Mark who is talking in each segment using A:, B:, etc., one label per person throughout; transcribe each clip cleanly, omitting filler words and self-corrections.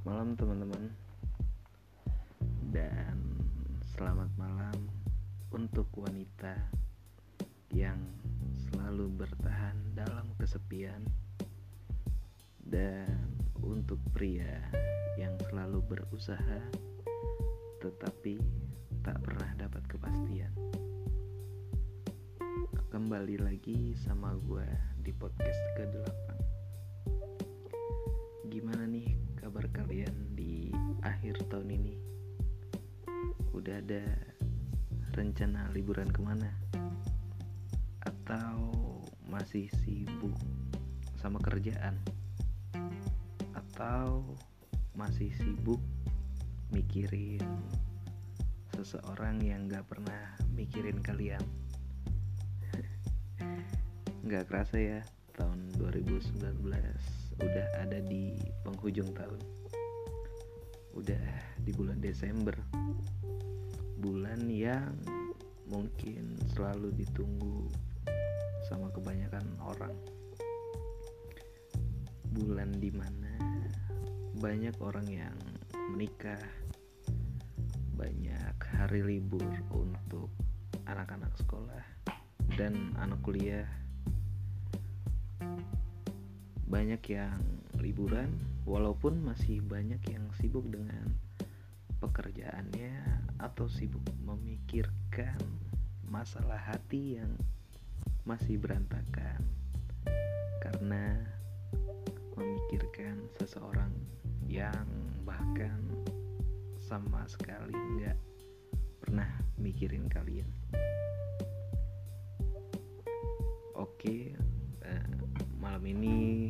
A: malam teman-teman, dan selamat malam untuk wanita yang selalu bertahan dalam kesepian, dan untuk pria yang selalu berusaha tetapi tak pernah dapat kepastian. Kembali lagi sama gue di podcast ke-8. Gimana nih kabar kalian di akhir tahun ini? Udah ada rencana liburan kemana? Atau masih sibuk sama kerjaan? Atau masih sibuk mikirin seseorang yang gak pernah mikirin kalian? Gak kerasa ya, tahun 2019 udah ada di penghujung tahun. Udah di bulan Desember, bulan yang mungkin selalu ditunggu sama kebanyakan orang. Bulan dimana banyak orang yang menikah, banyak hari libur untuk anak-anak sekolah dan anak kuliah. Banyak yang liburan, walaupun masih banyak yang sibuk dengan pekerjaannya atau sibuk memikirkan masalah hati yang masih berantakan karena memikirkan seseorang yang bahkan sama sekali nggak pernah mikirin kalian. Oke, malam ini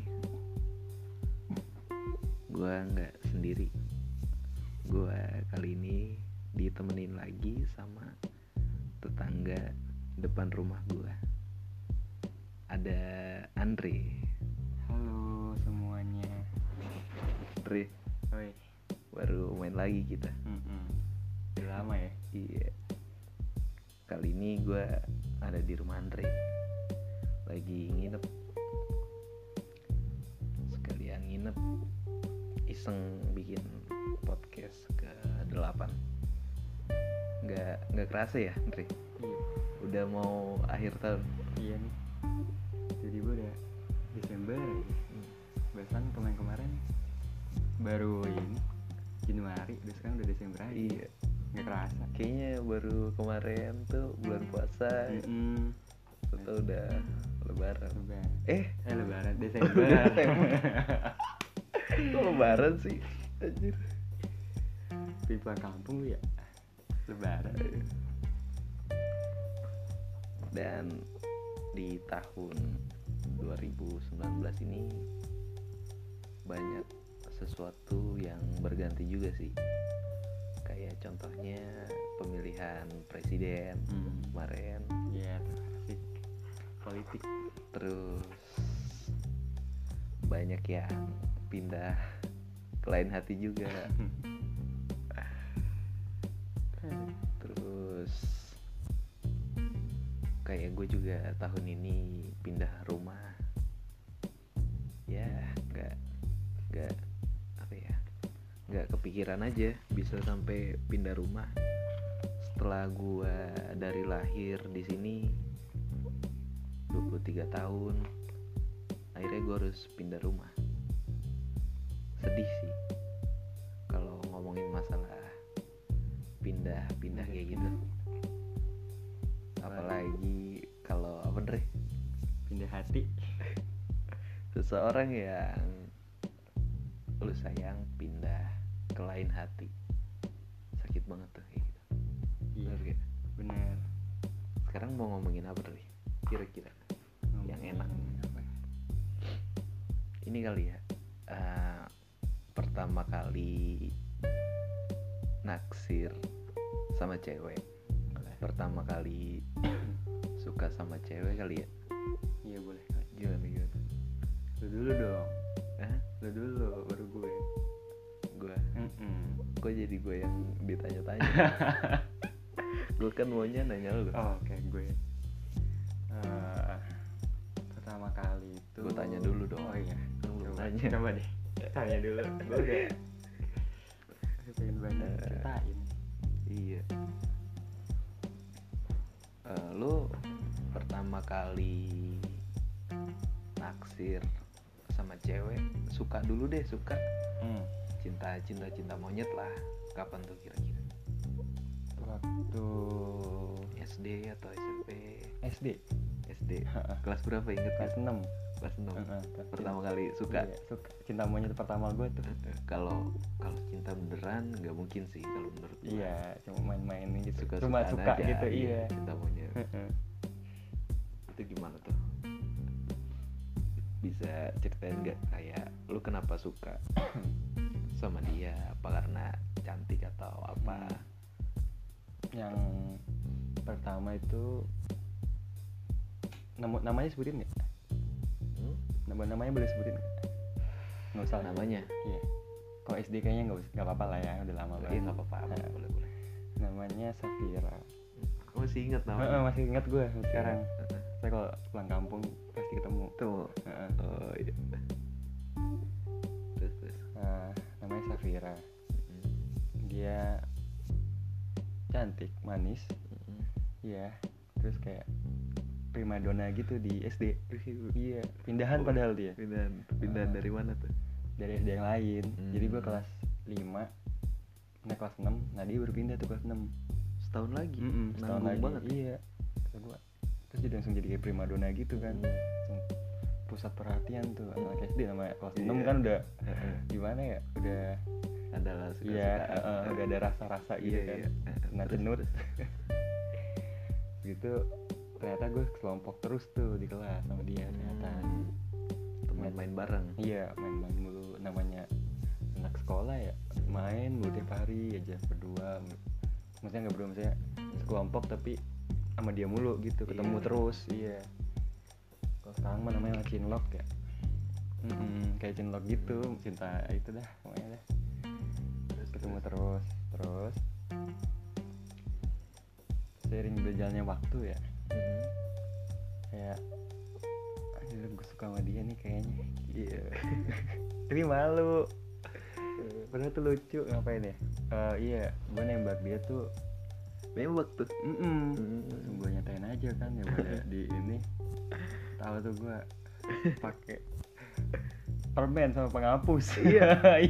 A: gue nggak sendiri. Gue kali ini ditemenin lagi sama tetangga depan rumah gue. Ada Andre.
B: Halo semuanya.
A: Andre,
B: Oi.
A: baru main lagi kita.
B: Udah lama ya.
A: Iya. Kali ini gue ada di rumah Andre, lagi nginep. Sekalian nginep, iseng bikin podcast ke-8. Nggak kerasa ya, Andre?
B: Iya.
A: Udah mau akhir tahun.
B: Iya nih. Tiba-tiba udah Desember aja. Bahkan kemarin baru ini Januari, udah sekarang udah Desember aja.
A: Iya.
B: Nggak kerasa.
A: Kayaknya baru kemarin tuh bulan puasa. Atau udah Lebaran.
B: Lebaran Desember.
A: Kok Lebaran sih? Anjir.
B: Pulang kampung lu ya. Lebaran.
A: Dan di tahun 2019 ini banyak sesuatu yang berganti juga sih. Kayak contohnya pemilihan presiden kemarin.
B: Iya, asik. Politik.
A: Terus banyak yang pindah ke lain hati juga. Terus kayak gue juga tahun ini pindah rumah. Ya nggak kepikiran aja bisa sampai pindah rumah. Setelah gue dari lahir di sini 23 tahun, akhirnya gue harus pindah rumah. Sedih sih kalau ngomongin masalah pindah kayak gitu. Apalagi kalau apa Dre?
B: Pindah hati.
A: Seseorang yang lu sayang pindah ke lain hati. Sakit banget tuh kayak gitu.
B: Iya.
A: Bener gak?
B: Bener.
A: Sekarang mau ngomongin apa Dre? Kira-kira yang enak.
B: Apa?
A: Ini kali ya, pertama kali naksir sama cewek, pertama kali suka sama cewek kali ya.
B: Iya boleh.
A: Gimana?
B: Lu dulu dong.
A: Hah?
B: Lu dulu baru gue.
A: Kok jadi gue yang ditanya-tanya? Gue kan maunya nanya lu.
B: Oke, gue. Pertama kali itu
A: Gue tanya dulu dong.
B: Oh iya.
A: Kan lu
B: Coba,
A: nanya.
B: coba deh. Tanya dulu. Gue udah pengen banget ceritain.
A: Iya. Lu pertama kali naksir sama cewek, suka dulu deh, suka cinta monyet lah, kapan tuh kira-kira?
B: Waktu
A: SD atau SMP? SD. Kelas berapa inget?
B: kelas 6.
A: Kelas 6. Pertama kali suka.
B: Iya, suka. Cinta monyet pertama gue tuh.
A: Kalau cinta beneran nggak mungkin sih kalau menurut gue.
B: Iya, cuma main-main gitu.
A: Suka
B: suka
A: aja,
B: gitu, iya.
A: Cinta monyet. Itu gimana tuh? Bisa ceritain nggak kayak lu kenapa suka sama dia? Apa karena cantik atau apa?
B: Yang pertama itu namanya sebutin nggak? Namanya boleh sebutin nggak? Nggak usah
A: Namanya?
B: Iya. Kalau SD kayaknya nggak apa-apa lah ya, udah lama banget.
A: Iya nggak apa-apa, boleh.
B: Namanya Safira.
A: Masih ingat namanya?
B: Masih ingat gue sekarang. Saya kalau pulang kampung pasti ketemu.
A: Tuh. Oh iya. Terus.
B: Namanya Safira. Dia cantik, manis. Iya. Terus kayak primadona gitu di SD. Iya. Pindahan padahal dia.
A: Pindahan dari mana tuh?
B: Dari SD yang lain. Jadi gue kelas 5, nah kelas 6, nah dia baru pindah tuh kelas 6.
A: Setahun lagi?
B: Setahun lagi banget. Iya. Kata gua. Terus jadi langsung jadi kayak primadona gitu kan. Pusat perhatian tuh anak SD namanya kelas 6 kan udah gimana ya? Udah
A: adalah suka-suka.
B: Iya, udah ada rasa-rasa gitu kan. Nah cenut. Gitu ternyata gue kelompok terus tuh di kelas sama dia ternyata.
A: Teman main bareng.
B: Iya, main mulu, namanya anak sekolah ya. Main mulu tiap hari aja berdua. Maksudnya enggak berdua, maksudnya sekelompok tapi sama dia mulu gitu, ketemu terus. Iya. Kalau sekarang mah namanya cinlok ya. Kayak cinlok gitu, cinta itu dah pokoknya dah. Terus ketemu terus. Seiring berjalannya waktu ya. Kayak aduh gue suka sama dia nih kayaknya. Iya. Tapi malu. Padahal tuh lucu, ngapain ya? Iya, gue nembak dia tuh.
A: Nembak tuh?
B: Terus gue nyatain aja kan ya pada di ini. Tahu tuh gue pakai permen sama penghapus. Iya.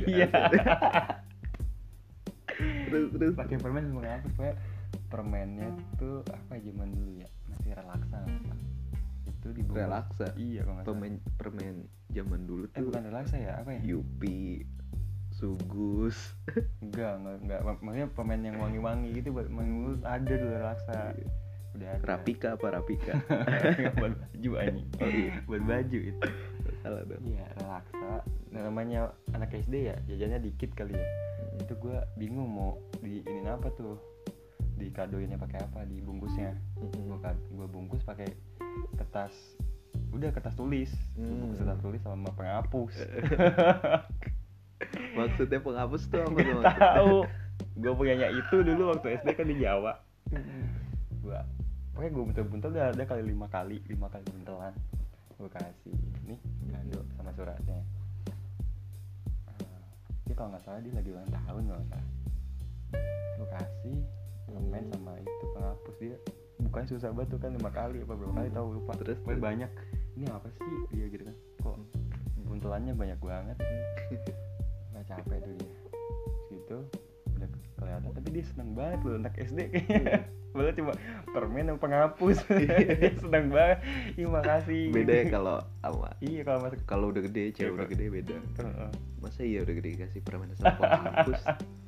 B: Terus pakai permen sama penghapus, kayak permennya tuh apa zaman dulu ya? Masih relaksa. Itu dibungkus.
A: Relaksa?
B: Iya, kalau nggak salah.
A: Permen zaman dulu tuh.
B: Bukan relaksa ya, apa ya?
A: Yupi, Sugus.
B: Enggak. Maksudnya permen yang wangi-wangi gitu buat wangi ada dulu relaksa. Udah ada. Rapika. Buat baju ini.
A: Oh iya.
B: Buat baju itu.
A: Salah dong.
B: Iya, relaksa. Nah, namanya anak SD ya, jajannya dikit kali ya. Itu gue bingung mau diinin apa tuh. Dikadoinnya pakai apa, dibungkusnya. Gue bungkus pakai kertas tulis. Bungkus kertas tulis sama penghapus.
A: Maksudnya penghapus tuh apa tuh?
B: Tahu. Gue punyanya itu dulu waktu SD kan di Jawa. Pokoknya gue buntel-buntel udah ada kali 5 kali buntelan. Gue kasih nih kado sama suratnya. Dia kalau nggak salah dia lagi ulang tahun kalau nggak salah. Gue kasih permen sama itu penghapus, dia bukanya susah banget tuh kan 5 kali apa berapa kali tahu lupa.
A: Terus
B: banyak. Ini apa sih dia gitu kan? Kok buntelannya banyak banget. Nggak capek tuh dia. Gitu udah kelihatan tapi dia seneng banget loh anak SD kayaknya. Padahal cuma permen sama penghapus. Dia seneng banget. Ih makasih.
A: Beda ya kalau sama.
B: Iya
A: kalau udah gede, cewek udah gede beda. Masa iya udah gede kasih permen sama penghapus.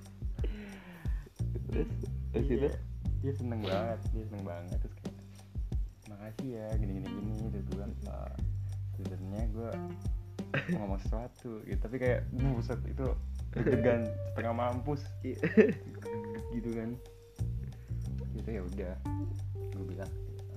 A: Terus itu
B: dia seneng banget terus kayak makasih ya gini terus gue sebenarnya gue mau ngomong sesuatu gitu tapi kayak buset itu deg-degan setengah mampus gitu kan gitu ya udah gue bilang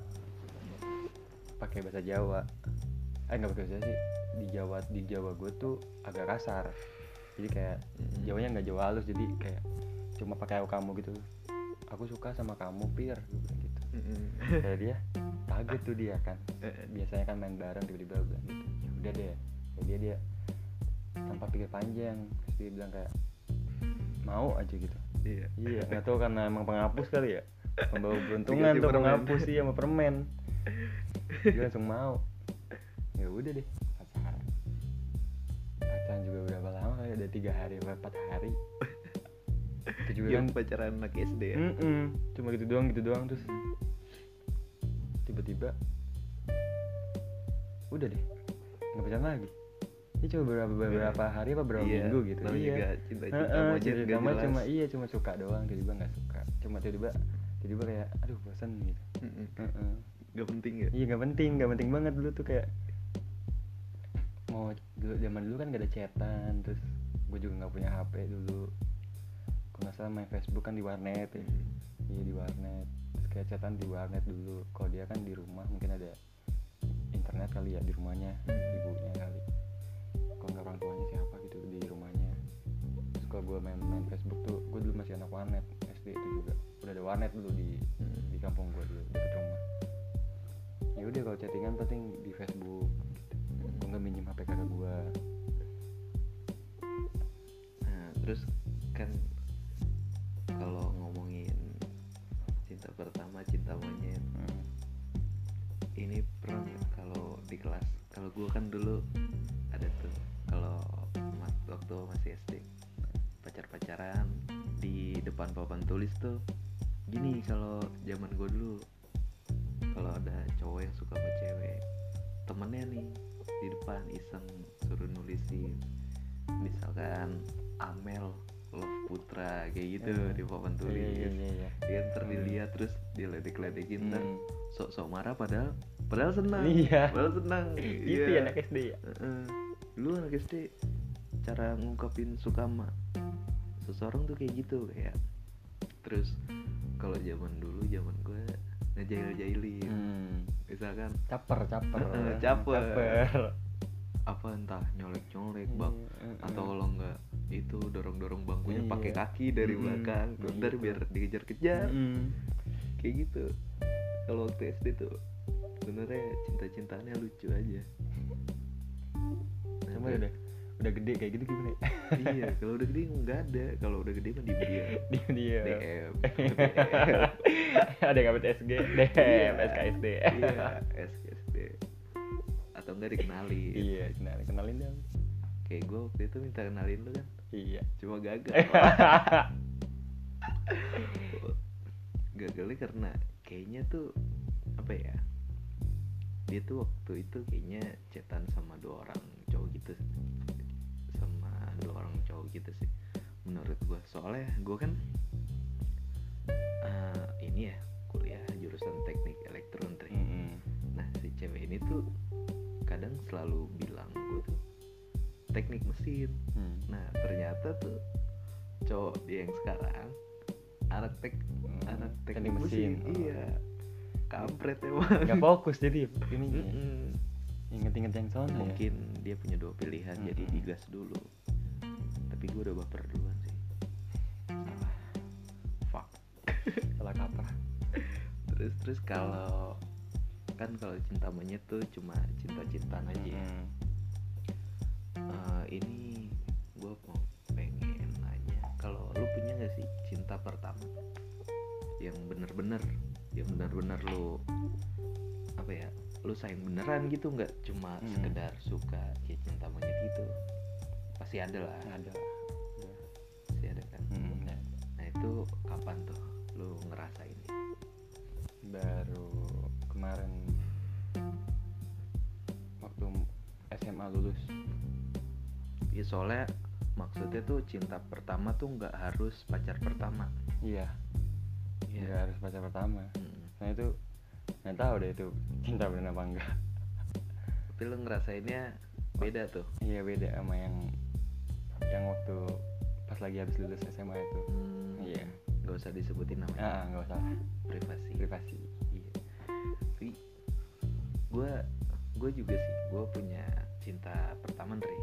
B: pakai bahasa Jawa nggak pakai bahasa sih di Jawa gue tuh agak kasar jadi kayak Jawanya nggak Jawa halus jadi kayak cuma pakai aku kamu gitu. Aku suka sama kamu Pir gitu. Kayak dia kaget tuh dia kan. Biasanya kan main bareng tiba-tiba bilang gitu. Ya udah deh. Kayak dia tanpa pikir panjang terus dia bilang kayak mau aja gitu.
A: Iya.
B: Iya, nggak tahu karena emang penghapus kali ya, membawa beruntungan
A: Dikasih
B: tuh
A: permen.
B: penghapus sih sama permen. Dia langsung mau. Ya udah deh, pacaran juga berapa lama kali, udah 3 hari atau 4 hari. Itu juga
A: Yang
B: kan
A: pacaran anak SD ya.
B: cuma gitu doang terus tiba-tiba udah deh nggak pacaran lagi. Ini cuma beberapa hari apa beberapa
A: Iya,
B: minggu gitu.
A: namanya juga cinta-cinta monyet
B: cinta
A: gak jelas.
B: cuma suka doang, tiba-tiba nggak suka, cuma tiba-tiba kayak aduh bosan gitu.
A: Gak penting ya.
B: Iya nggak penting banget dulu tuh, kayak mau dulu, zaman dulu kan gak ada chatan, terus gue juga nggak punya HP dulu. Kalau nggak salah main Facebook kan di warnet ya. Iya di warnet, terus kayak chatan di warnet dulu. Kalau dia kan di rumah mungkin ada internet kali ya di rumahnya, ibunya kali. Kalau nggak orang tuanya siapa gitu di rumahnya. Terus kalau gue main Facebook tuh, gue dulu masih anak warnet SD itu juga. Udah ada warnet dulu di kampung gue dulu dekat rumah. Ya udah kalau chattingan penting di Facebook gitu. Gue nggak minjem HP kakak gue.
A: Nah terus kan kalau ngomongin cinta pertama, cinta monyet, ini pernah nggak kalau di kelas, kalau gue kan dulu ada tuh, kalau waktu masih SD pacar-pacaran di depan papan tulis tuh gini. Kalau zaman gue dulu, kalau ada cowok yang suka sama cewek, temennya nih di depan iseng suruh nulisin misalkan Amel Love Putra kayak gitu di papan tulis.
B: Iya.
A: Dia ntar dilihat terus diledek-ledekin, ntar sok-sok marah padahal senang.
B: Iya.
A: Padahal senang.
B: Itu ya anak SD ya.
A: Dulu anak SD cara ngungkapin suka sama seseorang tuh kayak gitu, kayak terus kalau zaman dulu, zaman gue ngejail-jailin. Misalkan
B: Caper.
A: apa entah nyolek bang, atau kalau enggak itu dorong bangkunya pakai kaki dari belakang, ntar biar dikejar-kejar. Kayak gitu. Kalau waktu SD tuh sebenarnya cinta-cintaannya lucu aja.
B: Cuma udah gede kayak gitu gimana ya?
A: Iya, kalau udah gede nggak ada. Kalau udah gede mah dia DM.
B: Ada yang ngabet SG, DM, SKSD.
A: Iya, SKSD. Atau enggak dikenalin.
B: Iya, kenalin dong.
A: Kayak gue waktu itu minta kenalin lu kan.
B: Iya.
A: Cuma gagal. Gagalnya karena kayaknya tuh apa ya? Dia tuh waktu itu kayaknya chatan sama 2 orang cowok gitu. Sama 2 orang cowok gitu sih. Menurut gue. Soalnya gue kan ini ya kuliah jurusan teknik elektronik. Nah si cewek ini tuh kadang selalu bilang gue tuh teknik mesin. Nah ternyata tuh cowok dia yang sekarang anak teknik mesin. Iya, kampret emang.
B: Gak fokus jadi ininya. Inget-inget yang sono.
A: Mungkin dia punya 2 pilihan, jadi digas dulu. Tapi gue udah baper duluan sih.
B: Salah kaprah.
A: Terus kalau cinta monyet tuh cuma cinta-cintaan aja. Ini gue mau pengen nanya, kalau lu punya nggak sih cinta pertama yang bener-bener lu apa ya, lu sayang beneran gitu, nggak cuma sekedar suka kayak cinta monyet gitu? Pasti ada lah. Pasti ada kan. Nah itu kapan tuh lu ngerasain?
B: Baru kemarin waktu SMA lulus.
A: Ya soalnya maksudnya tuh cinta pertama tuh nggak harus pacar pertama.
B: Iya. Nggak harus pacar pertama. Nah itu nggak tahu deh itu cinta bener apa enggak.
A: Tapi lu ngerasainnya beda tuh.
B: Iya beda sama yang waktu pas lagi habis lulus SMA itu. Iya.
A: Nggak usah disebutin namanya.
B: Nggak usah. Privasi.
A: Iya. Tapi gue juga sih, gue punya cinta pertama Andre.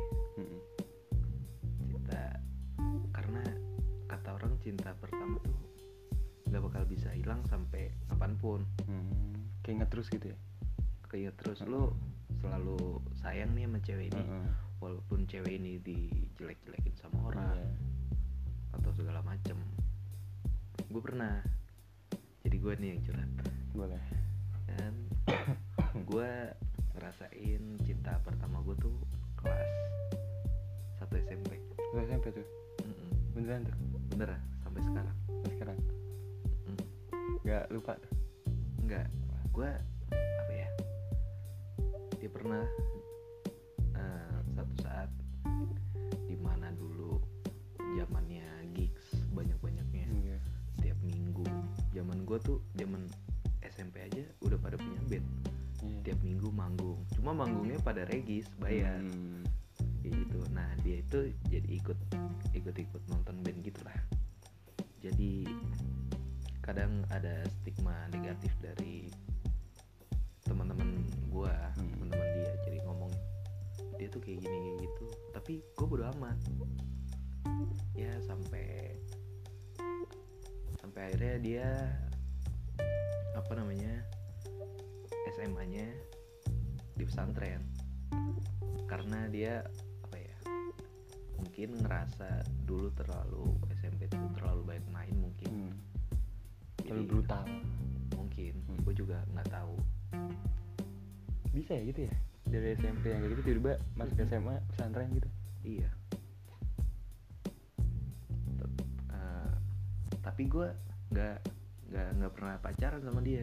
A: Cinta, karena kata orang cinta pertama tuh nggak bakal bisa hilang sampai kapanpun.
B: Keinget terus gitu ya.
A: Keinget terus. Lo selalu sayang nih sama cewek ini, walaupun cewek ini dijelek-jelekin sama orang, atau segala macem. Gue pernah, jadi gue nih yang curhat.
B: Boleh.
A: Dan gue ngerasain cinta pertama gue tuh kelas 1 SMP.
B: Lu SMP tuh? Beneran tuh?
A: Bener sampai sekarang.
B: Sampai sekarang? Gak lupa tuh?
A: Enggak, gue apa ya, dia pernah satu saat dimana dulu zamannya gigs banyak-banyaknya, tiap minggu. Zaman gue tuh zaman SMP aja udah pada punya band, tiap minggu manggung. Cuma manggungnya pada regis, bayar kayak gitu. Nah dia itu jadi ikut nonton band gitulah. Jadi kadang ada stigma negatif dari teman-teman gue, teman-teman dia, jadi ngomong dia tuh kayak gini gitu. Tapi gue bodo amat ya, sampai akhirnya dia apa namanya, SMA-nya di pesantren, karena dia apa ya, mungkin ngerasa dulu terlalu SMP itu terlalu banyak main mungkin.
B: Terlalu brutal
A: mungkin. Gue juga nggak tahu.
B: Bisa ya gitu ya, dari SMP yang kayak gitu tiba-tiba masuk SMA pesantren gitu.
A: Iya. Tapi gue nggak pernah pacaran sama dia.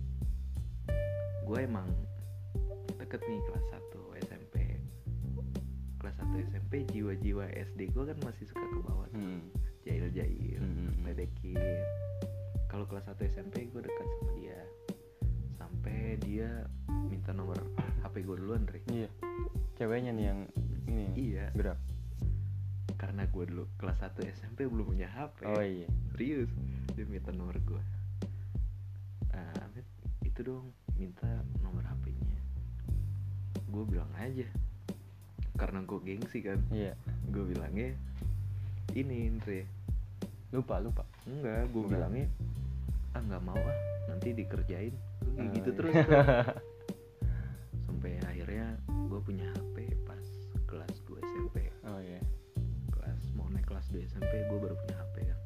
A: Gue emang deket nih kelas 1 SMP. Kelas 1 SMP jiwa-jiwa SD gue kan masih suka ke bawah, jail-jail, ledekin. Kalau kelas 1 SMP gue dekat sama dia, sampai dia minta nomor HP gue duluan, Dre.
B: Iya. Ceweknya nih yang ini.
A: Iya.
B: Gerak.
A: Karena gue dulu kelas 1 SMP belum punya HP.
B: Oh iya.
A: Serius. Dia minta nomor gue. Amit, itu dong, minta nomor HP-nya. Gue bilang aja, karena gue gengsi kan.
B: Iya.
A: Gue bilangnya ini, Dre.
B: Lupa.
A: Enggak, gue bilangnya nggak mau nanti dikerjain. Kayak gitu terus. Sampai akhirnya gue punya HP pas kelas 2 SMP.
B: Oh iya.
A: Mau naik kelas 2 SMP gue baru punya HP kan.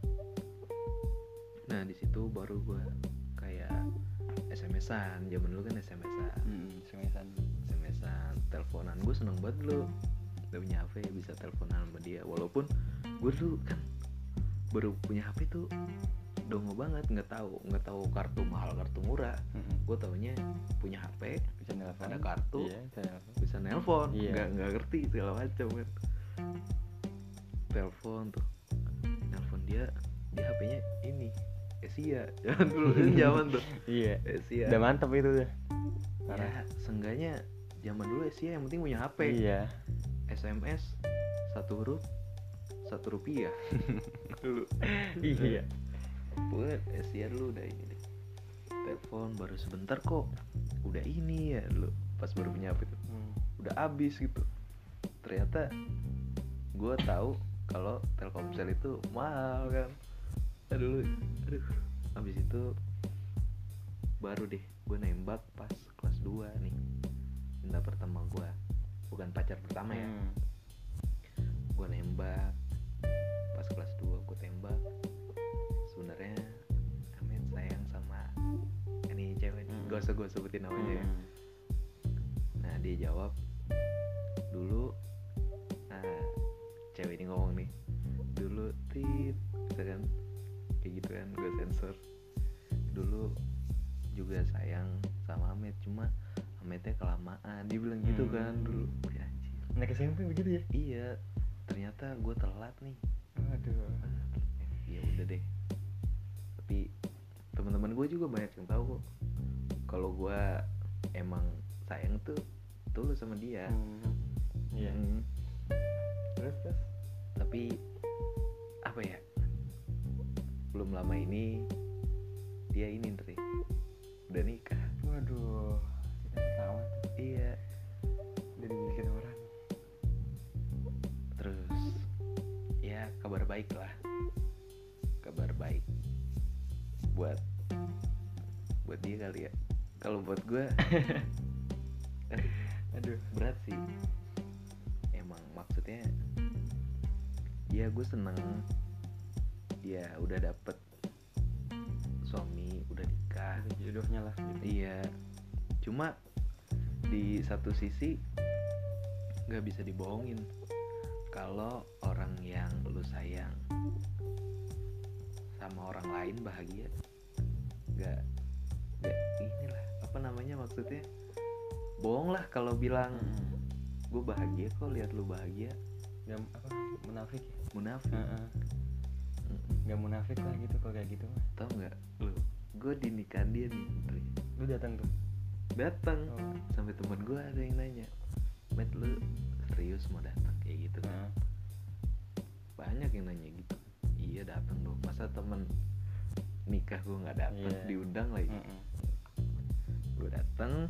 A: Nah di situ baru gue kayak SMS-an. Zaman dulu kan SMS-an, teleponan. Gue seneng banget dulu udah punya HP, bisa teleponan sama dia. Walaupun gue dulu kan baru punya HP tuh dongo banget, nggak tahu kartu mahal kartu murah. Gue taunya punya HP,
B: Bisa nelfon,
A: ada kartu,
B: iya,
A: bisa nelpon.
B: Iya.
A: Nggak ngerti segala macam kan. Telepon dia HP-nya ini Asia. Jangan dulu zaman tuh.
B: Iya.
A: Asia.
B: Udah mantep itu udah.
A: Ya, seenggaknya zaman dulu Asia yang penting punya HP.
B: Iya.
A: SMS 1 huruf Rp1 dulu.
B: Iya.
A: Buat Asia dulu udah ini deh. Telepon baru sebentar kok udah ini ya dulu pas baru punya HP itu. Udah habis gitu. Ternyata gue tahu kalau Telkomsel itu mahal kan. Aduh. Habis itu baru deh gue nembak pas kelas 2 nih. Cinta pertama gue, bukan pacar pertama ya. Gue nembak pas kelas 2, gue tembak. Sebenarnya Amit sayang sama ini cewek nih. Gak usah gue sebutin namanya ya. Nah dia jawab dulu. Cewek ini ngomong nih dulu tit kan, kayak gitu kan. Gue sensor dulu juga sayang sama Amit, cuma Amitnya kelamaan. Dia bilang gitu kan dulu. Ya anjir.
B: Naik SMP begitu ya?
A: Iya. Ternyata gue telat nih.
B: Aduh.
A: Ya udah deh. Tapi teman-teman gue juga banyak yang tahu kok kalau gue emang sayang tuh tulus sama dia.
B: Iya. Terus
A: tapi apa ya, belum lama ini dia ini Tri udah nikah.
B: Waduh, kita ketawa tuh.
A: Iya.
B: Udah dimilikin orang.
A: Terus ya kabar baik lah, kabar baik buat dia kali ya. Kalau buat gue aduh berat sih. Emang maksudnya ya gue seneng dia udah dapet suami, udah nikah.
B: Ada jodohnya lah gitu.
A: Iya, cuma di satu sisi nggak bisa dibohongin kalau orang yang lu sayang sama orang lain bahagia, nggak inilah apa namanya, maksudnya bohong lah kalau bilang gue bahagia kok lihat lu bahagia.
B: Gak apa, munafik ya.
A: Munafik.
B: Gak munafik lah gitu kalau kayak gitu mah.
A: Tau nggak lu, gue di nikahan dia nih, Tri.
B: Lu datang tuh. Oh.
A: Sampai temen gue ada yang nanya, Met lu serius mau datang kayak gitu kan? Banyak yang nanya gitu. Iya datang dong, masa temen nikah gue nggak datang, diundang lagi. Gue datang,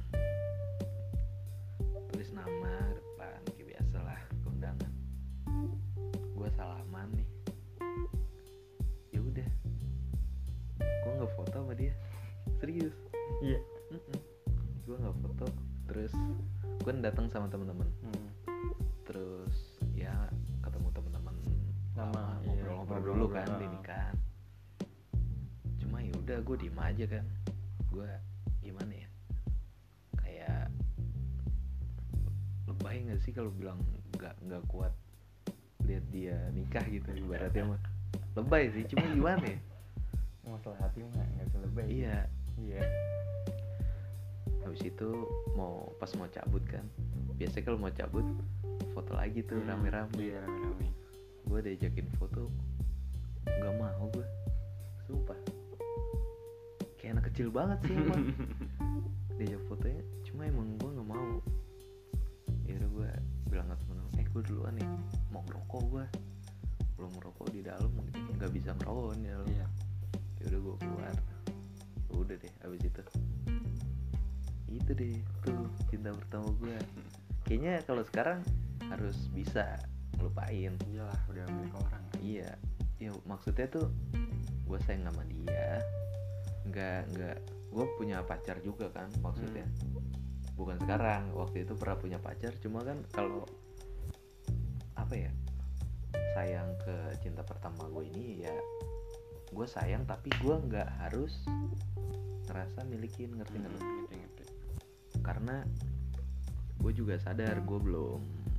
A: tulis nama depan kayak biasa lah, undangan. Gue salaman nih, ya udah, gue nggak foto sama dia, serius.
B: Iya.
A: Gue nggak foto, terus gue datang sama teman-teman. Terus ya ketemu teman-teman lama, ngobrol-ngobrol dulu kan di nikahan. Cuma ya udah gue diem aja kan, gue gimana ya, kayak lebay nggak sih kalau bilang nggak kuat lihat dia nikah gitu ibaratnya mah. Lebay sih, cuma gimana ya,
B: masalah hati mah nggak bisa lebay.
A: iya.
B: Habis
A: itu pas mau cabut kan, biasanya kalau mau cabut foto lagi tuh rame-rame.
B: Iya, rame-rame.
A: Gue diajakin foto, nggak mau gue, sumpah. Kayak anak kecil banget sih emang. Diajak fotonya, cuma emang gue nggak mau. Ya udah gue bilang ke temen-temen, gue duluan nih, mau ngerokok gue, belum ngerokok di dalam, nggak bisa ngerokok di dalam.
B: Iya.
A: Ya udah gue keluar, udah deh, abis itu deh tuh cinta pertama gue. Kayaknya kalau sekarang harus bisa ngelupain.
B: Iyalah, udah milik orang.
A: Iya, ya maksudnya tuh gue sayang sama dia. Nggak, gue punya pacar juga kan maksudnya. Bukan sekarang, waktu itu pernah punya pacar. Cuma kan kalau apa ya, sayang ke cinta pertama gue ini ya, gue sayang tapi gue nggak harus ngerasa milikin, ngerti nggak?
B: Ngerti.
A: Karena gue juga sadar gue belum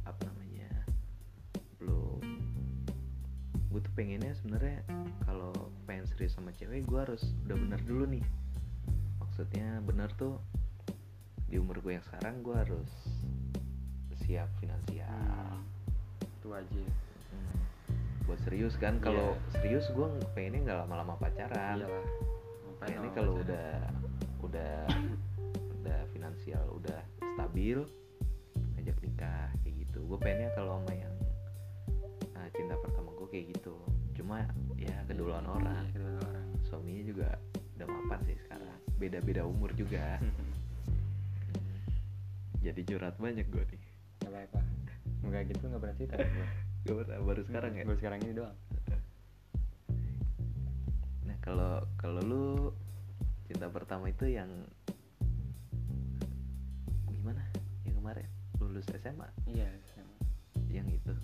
A: gue tuh pengennya sebenarnya kalau pengen serius sama cewek gue harus udah bener dulu nih. Maksudnya bener tuh di umur gue yang sekarang gue harus siap finansial.
B: Itu aja.
A: Buat serius kan, kalau serius gue pengennya nggak lama-lama pacaran.
B: Iyalah.
A: Ini kalau udah finansial udah stabil, ngajak nikah kayak gitu. Gue pengennya kalau sama yang cinta pertama gue kayak gitu. Cuma ya keduluan orang. Suaminya juga udah mapan sih sekarang. Beda-beda umur juga. Jadi curhat banyak gue nih.
B: Gak apa-apa. Enggak gitu, gak pernah cerita gue.
A: Gak pernah, baru sekarang ya?
B: Baru sekarang ini doang.
A: Nah kalau lu cinta pertama itu yang gimana? Yang kemarin lulus SMA?
B: Iya, SMA.
A: Yang itu?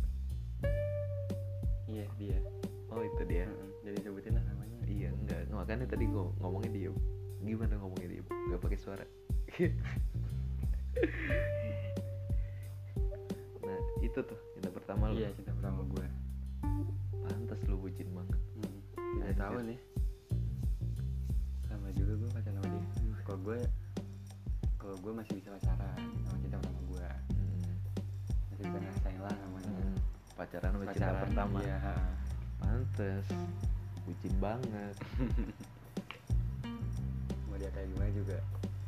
B: Iya, dia.
A: Oh itu dia.
B: Jadi sebutin lah namanya.
A: Iya, enggak. Makanya tadi gue ngomongnya diem. Gimana ngomongnya diem? Gak pakai suara. Nah itu tuh cinta pertama lu.
B: Iya, cinta pertama gue.
A: Pantas lu bucin banget.
B: Udah tahu nih. Sama juga gue pacaran sama dia. Kalau gue masih bisa pacaran sama cinta pertama gue. Masih bisa ngerasain lah namanya.
A: Pacaran sama cinta pertama.
B: Iya.
A: Pantes bucin banget.
B: Mau dia kayak gimana juga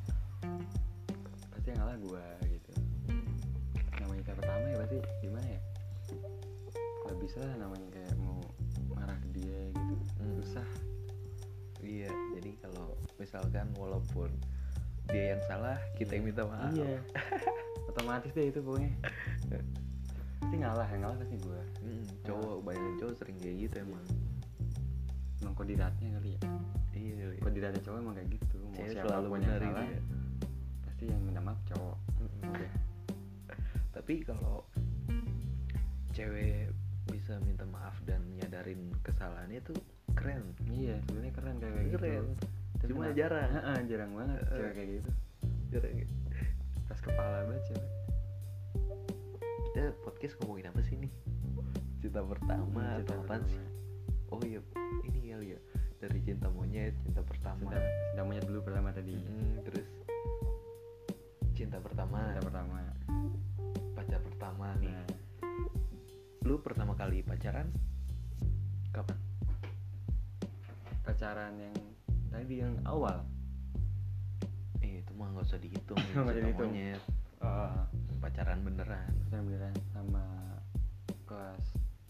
B: pasti yang ngalah gue gitu. Namanya cinta pertama ya pasti gimana ya, kalau bisa lah namanya kayak mau marah ke dia gitu. Susah.
A: Iya, jadi kalau misalkan walaupun dia yang salah, kita yang minta maaf.
B: Iya. Otomatis deh itu pokoknya. Pasti ngalah, yang ngalah pasti gue.
A: Cowok, bayangin cowok sering kayak gitu emang.
B: Emang kodratnya kali ya.
A: Iya.
B: Kodratnya cowok emang kayak gitu. Mau
A: Cewek
B: siapapun
A: selalu
B: yang
A: benar
B: salah,
A: itu ya.
B: pasti yang minta maaf cowok. Udah.
A: Tapi kalau cewek bisa minta maaf dan nyari nyadarin kesalahannya tuh keren.
B: Iya sebenarnya keren kayak gitu.
A: Keren.
B: Tapi
A: Cuma
B: kenapa-
A: jarang.
B: jarang banget cewek kayak gitu.
A: Jarang.
B: Keras kepala banget cewek.
A: Kita podcast ngomongin apa sih nih? Cinta pertama
B: Cinta
A: atau apaan
B: pertama.
A: sih? Oh iya, ini kali ya. Dari cinta monyet, cinta pertama.
B: Cinta monyet dulu pertama tadi.
A: Terus cinta pertama,
B: Cinta pertama.
A: pacar pertama nih.
B: Nah,
A: Lu pertama kali pacaran kapan?
B: pacaran yang tadi yang awal.
A: Itu mah nggak usah dihitung.
B: Nggak usah
A: cinta
B: dihitung.
A: monyet,
B: Oh,
A: pacaran beneran.
B: pacaran beneran sama kelas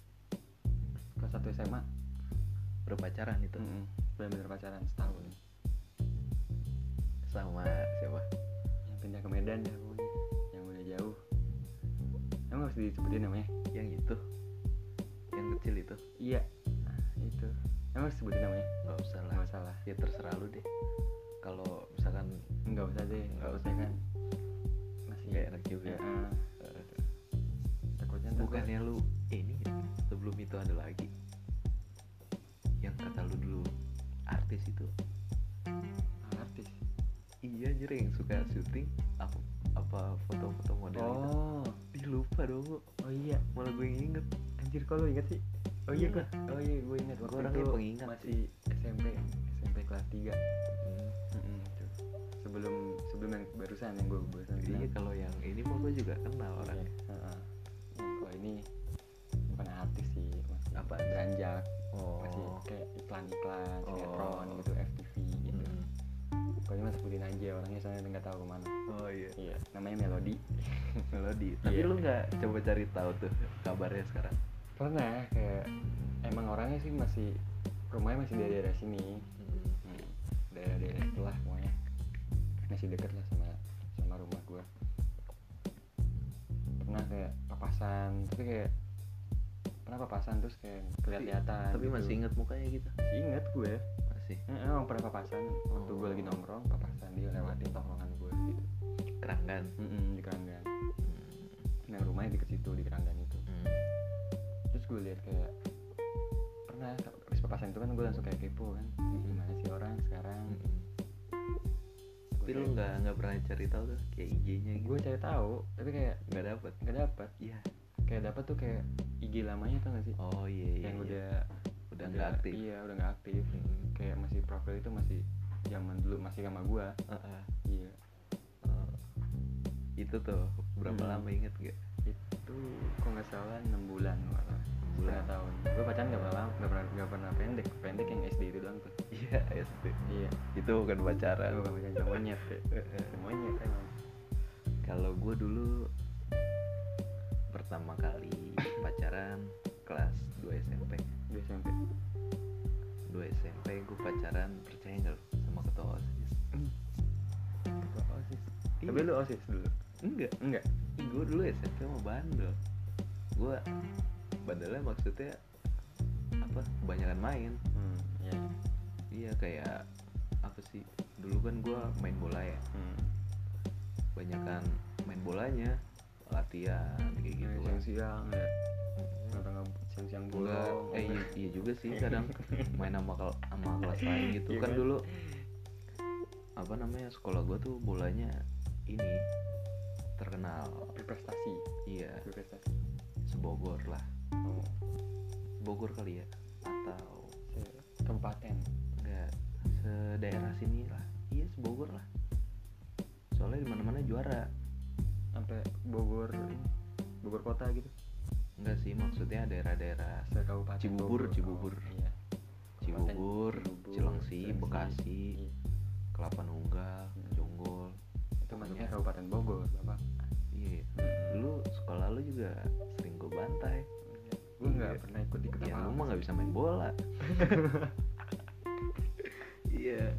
B: 1 SMA.
A: Berpacaran itu
B: Bener-bener pacaran setahun.
A: sama siapa?
B: Yang pindah ke Medan dah pokoknya. Yang udah jauh. Emang harus disebutin namanya?
A: Yang itu, yang kecil itu.
B: Iya. Nah, itu. Emang harus disebutin namanya?
A: Nggak usah lah.
B: Nggak usah lah.
A: Ya terserah lu deh. Kalau misalkan
B: Nggak usah deh. Nggak usah kan. Masih
A: Nggak enak juga.
B: Takutnya ntar
A: bukannya lu ini ya, sebelum itu ada lagi yang kata lu dulu artis itu.
B: artis.
A: Iya anjir, yang suka syuting apa foto-foto model gitu.
B: Oh.
A: Ih lupa dong gua.
B: Oh iya.
A: Malah gue yang inget.
B: Anjir kok lu inget sih? Oh iya
A: Iya.
B: Oh iya gue inget.
A: Gua
B: Waktu
A: orangnya
B: itu
A: pengingat
B: masih SMP kelas 3. Tuh. Sebelum yang barusan yang gue barusan
A: Iya
B: bilang.
A: kalau yang ini mah gue juga kenal
B: Iya.
A: orangnya.
B: Kalau ini bukan artis sih, masih
A: Apaan?
B: beranjak.
A: Oh.
B: Masih kayak iklan-iklan,
A: Oh.
B: sinetron gitu, FTV gitu. Pokoknya mah sebutin aja orangnya, soalnya nggak tahu kemana.
A: Oh iya.
B: Iya, namanya Melody.
A: Melody. Tapi
B: Iya.
A: lu nggak coba cari tahu tuh kabarnya sekarang?
B: Pernah kayak emang orangnya sih masih rumahnya masih di daerah sini. Daerah setelah pokoknya masih deket lah sama rumah gue. Pernah kayak papasan, tapi kayak pernah papasan terus kayak kelihatan.
A: Tapi
B: gitu.
A: masih inget mukanya gitu?
B: Masih inget gue.
A: Masih.
B: Emang pernah papasan waktu gue
A: Oh.
B: lagi nongkrong, papasan dia lewatin tongkrongan gue gitu.
A: Keranggan.
B: Di Keranggan. Nah rumahnya deket situ di Keranggan itu. Terus gue lihat kayak pernah habis papasan itu kan gue langsung kayak kepo kan, gimana sih orang sekarang.
A: Tapi lu nggak pernah cari tahu tuh kayak IG-nya gitu?
B: Gue cari tahu tapi kayak
A: Nggak dapet.
B: nggak dapat.
A: Iya.
B: Kayak dapat tuh kayak IG lamanya tuh nggak sih?
A: Oh iya iya.
B: Yang
A: iya.
B: udah
A: nggak aktif.
B: Iya udah nggak aktif. Kayak masih profil itu masih zaman dulu masih sama gue. Iya.
A: Itu tuh berapa lama inget gak?
B: Itu kok nggak salah 6 bulan malah.
A: 6 bulan.
B: Setengah tahun. Gue pacaran nggak pernah pendek yang SD itu doang tuh.
A: Iya SD.
B: Iya.
A: Itu bukan pacaran.
B: Gue pacaran sama monyet ya. Monyet emang.
A: Kalau gue dulu pertama kali pacaran kelas 2 SMP.
B: Di SMP.
A: 2 SMP gue pacaran, percaya nggak lu sama ketua OSIS?
B: Ketua OSIS.
A: Iya.
B: Tapi lu OSIS dulu?
A: Enggak. Gue dulu SMP mah bandel. Gue bandelnya maksudnya apa? Kebanyakan main.
B: Iya.
A: Iya kayak apa sih? Dulu kan gue main bola ya. Banyakan main bolanya, latihan kayak gitu kan.
B: Siang-siang ya. Siang-siang
A: Enggak,
B: bolong.
A: iya juga sih kadang main sama kelas lain gitu.
B: Iya
A: Kan
B: kan?
A: dulu apa namanya, sekolah gue tuh bolanya ini terkenal.
B: Berprestasi.
A: Iya,
B: Berprestasi.
A: sebogor lah.
B: Oh.
A: Bogor kali ya, atau
B: Kabupaten.
A: enggak, sedaerah sini lah. Iya, sebogor lah. Soalnya di mana-mana juara.
B: Sampai Bogor kota gitu.
A: Enggak sih, maksudnya daerah-daerah
B: Se-kabupaten
A: Cibubur.
B: Iya.
A: Cibubur, Cilengsi,
B: Cilengsi.
A: Bekasi,
B: Iya.
A: Kelapa Nunggal, Jonggol.
B: Itu masuknya Kabupaten Bogor, Bapak.
A: Iya, dulu sekolah lu juga sering gue bantai.
B: Gue nggak
A: Iya.
B: pernah ikut
A: Ya
B: apa-apa.
A: lu mah nggak bisa main bola. Iya.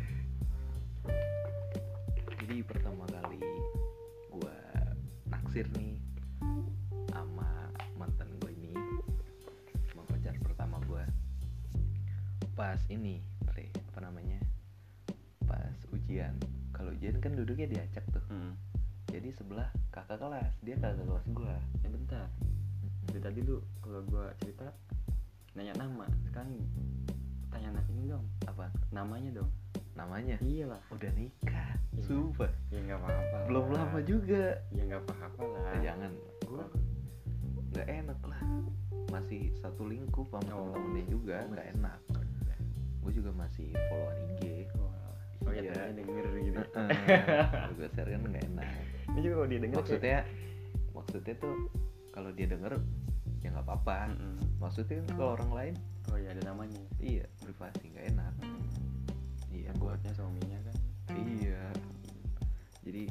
A: Jadi pertama kali gue naksir nih sama mantan gue ini, sama pacar pertama gue. Pas ini, apa namanya? Pas ujian. Kalau ujian kan duduknya diacak tuh. Jadi sebelah kakak kelas, dia kakak kelas gue.
B: Ya bentar. Dari tadi lu kalau gua cerita nanya nama. Sekarang tanya ini dong,
A: Apa
B: namanya dong.
A: namanya?
B: Iyalah.
A: Udah nikah.
B: Iya.
A: Sumpah.
B: Ya nggak apa-apa.
A: Belum lama juga.
B: Ya nggak apa-apa lah.
A: Jangan. Gua nggak enak lah. Masih satu lingkup sama temen-temennya juga, nggak enak. Gue juga masih followan IG.
B: Oh ya,
A: Iya.
B: ternyata denger gitu.
A: Gue share kan nggak enak.
B: Ini juga kalau dia denger
A: Maksudnya tuh kalau dia denger ya nggak apa-apa.
B: Mm-mm.
A: Maksudnya kan kalau orang lain,
B: Oh ya ada namanya.
A: iya privasi nggak enak. Iya
B: Yang buatnya suaminya kan.
A: Iya. Jadi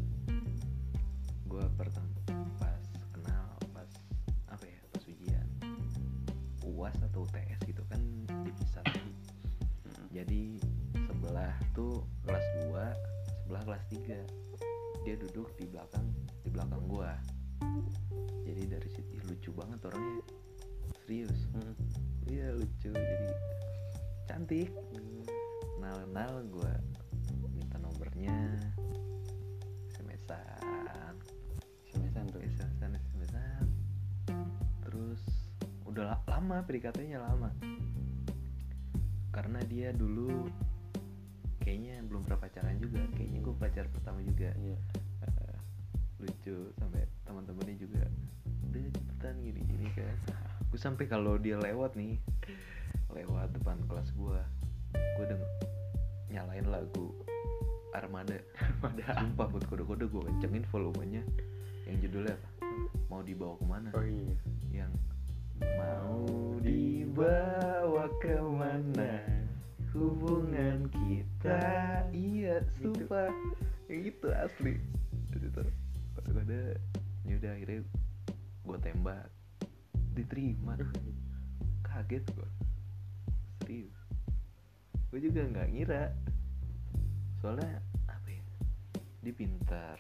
A: gue pertama pas kenal pas apa ya, pas ujian UAS atau UTS gitu kan dipisah tadi. Jadi sebelah tuh kelas 2, sebelah kelas 3. Dia duduk di belakang gua. Jadi dari situ lucu banget orangnya. Serius. Iya lucu, jadi cantik. Kenal gua minta nomornya. SMS-an tuh. SMS-an. Terus udah lama PDKT-nya lama. Karena dia dulu kayaknya belum pernah pacaran juga, kayaknya gue pacar pertama juga.
B: Iya.
A: Lucu, sampai teman-temannya juga udah cepetan gini kan. Gue sampai kalau dia lewat depan kelas gue nyalain lagu Armada. Sumpah buat kode-kode gue kencengin volumenya. Yang judulnya apa? Mau dibawa kemana?
B: Oh iya.
A: Yang mau dibawa kemana hubungan kita. Iya sumpah yang itu asli. Itu kode-kode. Ya udah akhirnya gue tembak, diterima. Kaget gue, serius. Gue juga nggak ngira, soalnya apa ya, dia pintar,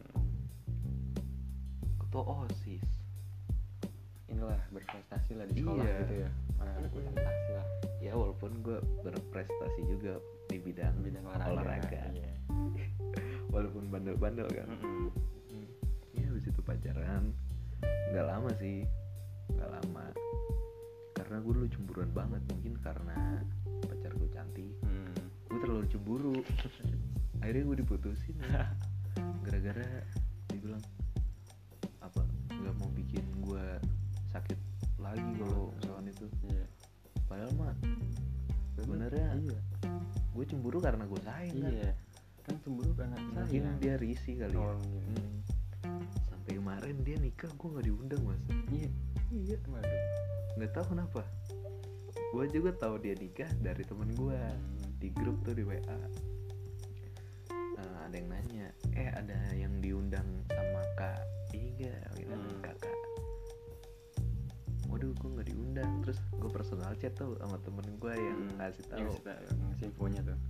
A: ketua OSIS.
B: Inilah berprestasi lah di sekolah
A: Iya.
B: gitu ya. Berprestasi lah.
A: Ya walaupun gue berprestasi juga di bidang olahraga.
B: Iya.
A: Walaupun bandel-bandel kan. Ya habis itu pacaran nggak lama sih, nggak lama. Karena gue dulu cemburuan banget, mungkin karena pacar gue cantik. Gue terlalu cemburu. Akhirnya gue diputusin gara-gara dibilang apa, nggak mau bikin gue sakit lagi kalau misalkan itu.
B: Iya.
A: Padahal mah sebenarnya
B: Iya.
A: gue cemburu karena gue sayang kan.
B: Iya. Kan cemburu karena
A: Mungkin dia risih kali ya.
B: Oh, iya.
A: Sampai kemarin dia nikah gue nggak diundang mas. Iya.
B: Waduh.
A: Nggak tahu kenapa. Gue juga tahu dia nikah dari temen gue di grup tuh di WA. Ada yang nanya, ada yang diundang sama kak ini gak? Kakak. Waduh, gue nggak diundang. Terus gue personal chat tuh sama temen gue yang ngasih tahu.
B: Ngasih infonya tuh.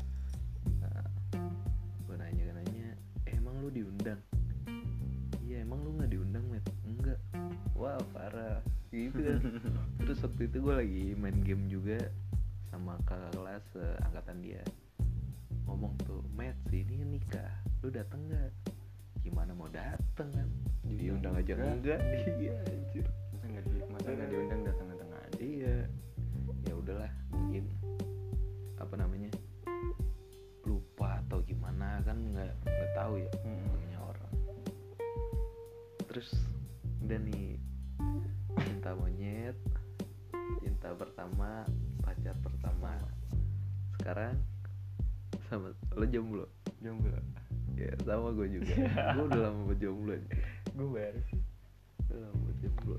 A: Gue nanya, emang lu diundang? Iya, emang lu nggak diundang, Met? Enggak. Wah, parah. Gitu kan. Terus waktu itu gue lagi main game juga sama kakak kelas angkatan dia. Ngomong tuh, Met, sini nikah, lu dateng nggak? Gimana mau dateng kan? Diundang aja enggak? Iya, anjir.
B: Masa nggak diundang datang-datang aja.
A: Iya. Ya udahlah, mungkin apa namanya, lupa atau gimana kan, nggak tahu ya namanya orang. Terus udah nih, cinta monyet, cinta pertama, pacar pertama. Sekarang sama lo jomblo. Ya sama gue juga. Gue udah lama buat jomblo.
B: Gue baru sih.
A: Udah lama buat jomblo.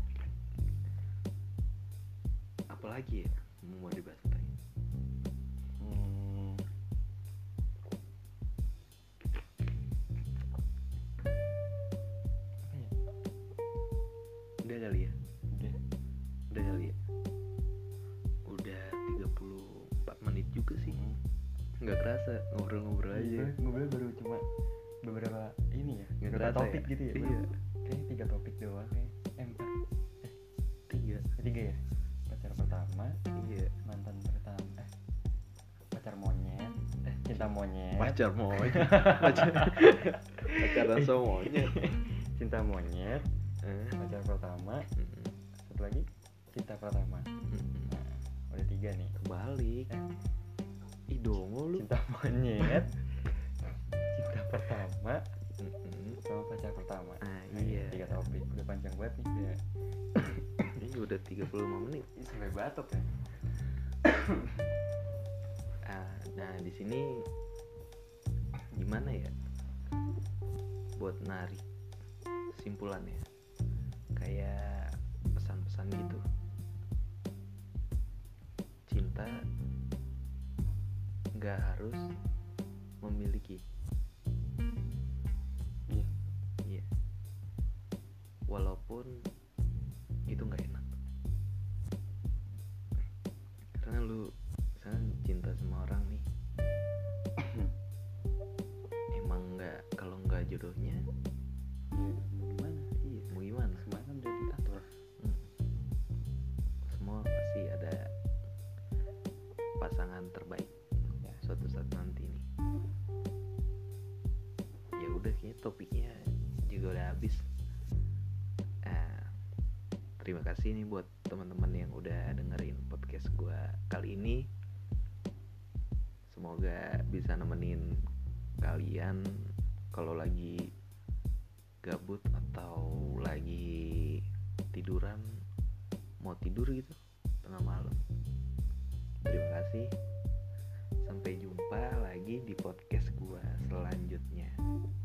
A: Apalagi ya mau dibahas lagi? Udah kali ya? Udah kali ya? Udah 34 menit juga sih. Nggak kerasa, ngobrol-ngobrol aja.
B: Ngobrol baru cuma beberapa ini ya,
A: Nggak
B: beberapa
A: kerasa
B: topik
A: ya?
B: gitu ya.
A: Iya.
B: Kayaknya 3 topik doang kayak. 4.
A: 3.
B: 3 ya. Pacar pertama,
A: Iya.
B: mantan pertama, pacar monyet, cinta monyet,
A: Pacar monyet. Pacaran sama monyet.
B: cinta monyet, pacar pertama, satu lagi cinta pertama. Nah, udah 3 nih.
A: Kebalik. Ih dongo lu.
B: Cinta monyet, cinta pertama, sama pacar pertama.
A: Iya.
B: 3 topik. Udah panjang banget nih ya.
A: Ini udah 35 menit.
B: Ih, sampai batuk ya.
A: Nah di sini gimana ya buat narik kesimpulannya, kayak pesan-pesan gitu. Cinta nggak harus memiliki. Iya. Walaupun itu nggak enak, karena lu misalnya cinta sama orang nih, emang nggak, kalau nggak jodohnya
B: Iya, mau gimana?
A: iya mau gimana,
B: Semua kan udah diatur.
A: semua pasti ada pasangan terbaik
B: Ya.
A: suatu saat nanti nih. Ya udah, kayaknya topiknya juga udah habis. Terima kasih nih buat teman-teman yang udah dengerin podcast gua kali ini. Semoga bisa nemenin kalian kalau lagi gabut atau lagi tiduran, mau tidur gitu tengah malam. Terima kasih. Sampai jumpa lagi di podcast gua selanjutnya.